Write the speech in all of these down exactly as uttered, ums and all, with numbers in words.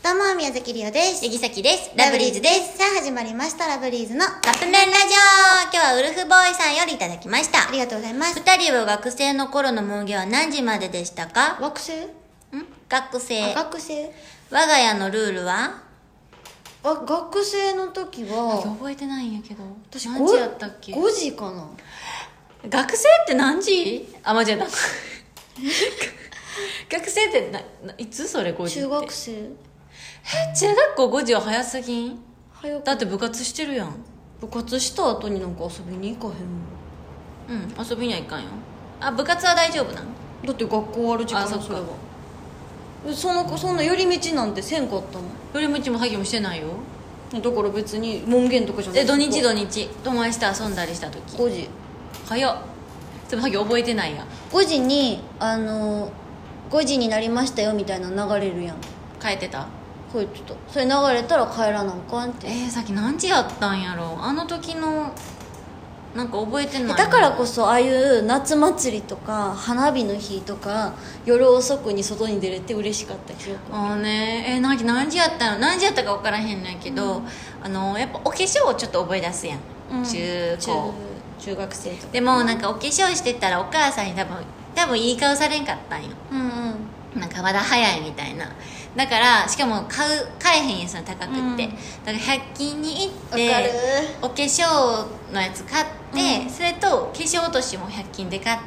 どうも、宮崎りおです。 杉崎です。ラブリーズです。 さあ、始まりました、ラブリーズのカップ麺ラジオ。今日はウルフボーイさんよりいただきました。 ありがとうございます。 二人は学生の頃の門限は何時まででしたか？ 学生ん学生。 あ、学生我が家のルールはあ、学生の時は覚えてないんやけど、 私何時やったっけ？ ごじかな。 学生って何時？あ、間違えた学生ってな、ないつそれごじって？ 中学生。 え、中学校ごじは早すぎん？ 早くだって部活してるやん。 部活した後になんか遊びに行かへんもん。 うん、遊びには行かんよ。あ、部活は大丈夫なん？ だって学校終わる時間。 あ、そっか。 それはそのそんな寄り道なんてせんかったもん。 寄り道も萩もしてないよ。 だから別に門限とかじゃない。 え、土日土日友達と遊んだりした時ごじ。 早っ。でも萩覚えてないや。 ごじにあのごじになりましたよみたいなの流れるやん。 帰ってた？ こう言ってた。それ流れたら帰らなあかんって。 えー、さっき何時やったんやろ。あの時のなんか覚えてない。 だからこそああいう夏祭りとか花火の日とか夜遅くに外に出れて嬉しかった記憶。 ああね、えー、何何時やったの？何時やったか分からへんのやけど、うん、あのやっぱお化粧をちょっと覚え出すやん、うん、中高中学生とか。 でもなんかお化粧してたらお母さんに多分多分いい顔されんかったんよ。 うんうん。 なんかまだ早いみたいな。だからしかも買う買えへんやつの高くって、うん、だからひゃく均に行ってお化粧のやつ買って、うん、それと化粧落としもひゃく均で買って、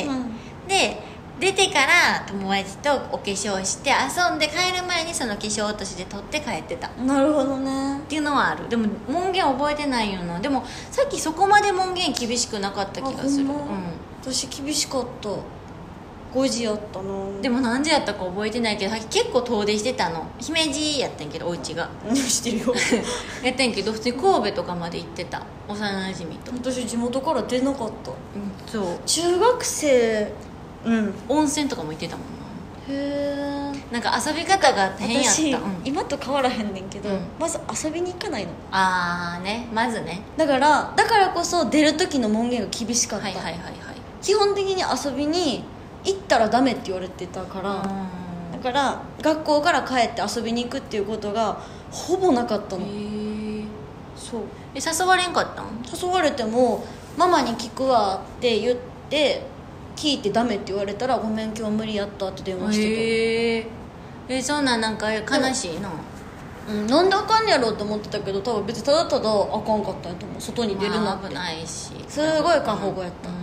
うん、で出てから友達とお化粧して遊んで帰る前にその化粧落としで取って帰ってた。 なるほどねっていうのはある。でも門限覚えてないよな。でもさっきそこまで門限厳しくなかった気がする。うん、 私厳しかった。ごじやったな。 でも何時やったか覚えてないけど結構遠出してたの。姫路やったんけどお家がしてるよやったんけど普通に神戸とかまで行ってた幼なじみと。 私地元から出なかった。うん、 そう中学生。うん、 温泉とかも行ってたもんな。 へえ。 なんか遊び方が変やった。 私、 うん、 今と変わらへんねんけど、うん、まず遊びに行かないの。 ああね、まずね。 だからだからこそ出る時の門限が厳しかった。 はいはいはいはい。 基本的に遊びに行ったらダメって言われてたから、だから学校から帰って遊びに行くっていうことがほぼなかったの。へえ。そう。 え、誘われんかったん？ 誘われてもママに聞くわって言って聞いてダメって言われたらごめん今日無理やったって電話してた。 へえ。え、そんなんなんか悲しいな。 うん、なんであかんねやろうと思ってたけど多分別にただただあかんかったんやと思う。外に出るなって、まあ、 危ないしすごい過保護やった、うん、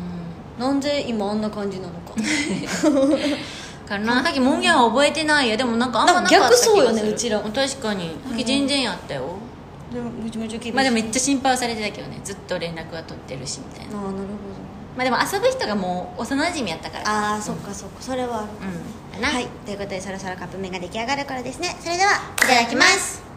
なんで今あんな感じなのかからな。さっき門限は覚えてないよ。でもなんかあんまなかった気がする。 逆そうよねうちら。 確かにさっき全然やったよ、 うん、でもめちゃめちゃ厳しい。 まあでもめっちゃ心配されてたけどね。ずっと連絡は取ってるしみたいな。 ああなるほど。 まあでも遊ぶ人がもう幼馴染やったから。 ああそっかそっか、それはある。 うん、 はい、ということでそろそろカップ麺が出来上がるからですね。それではいただきます。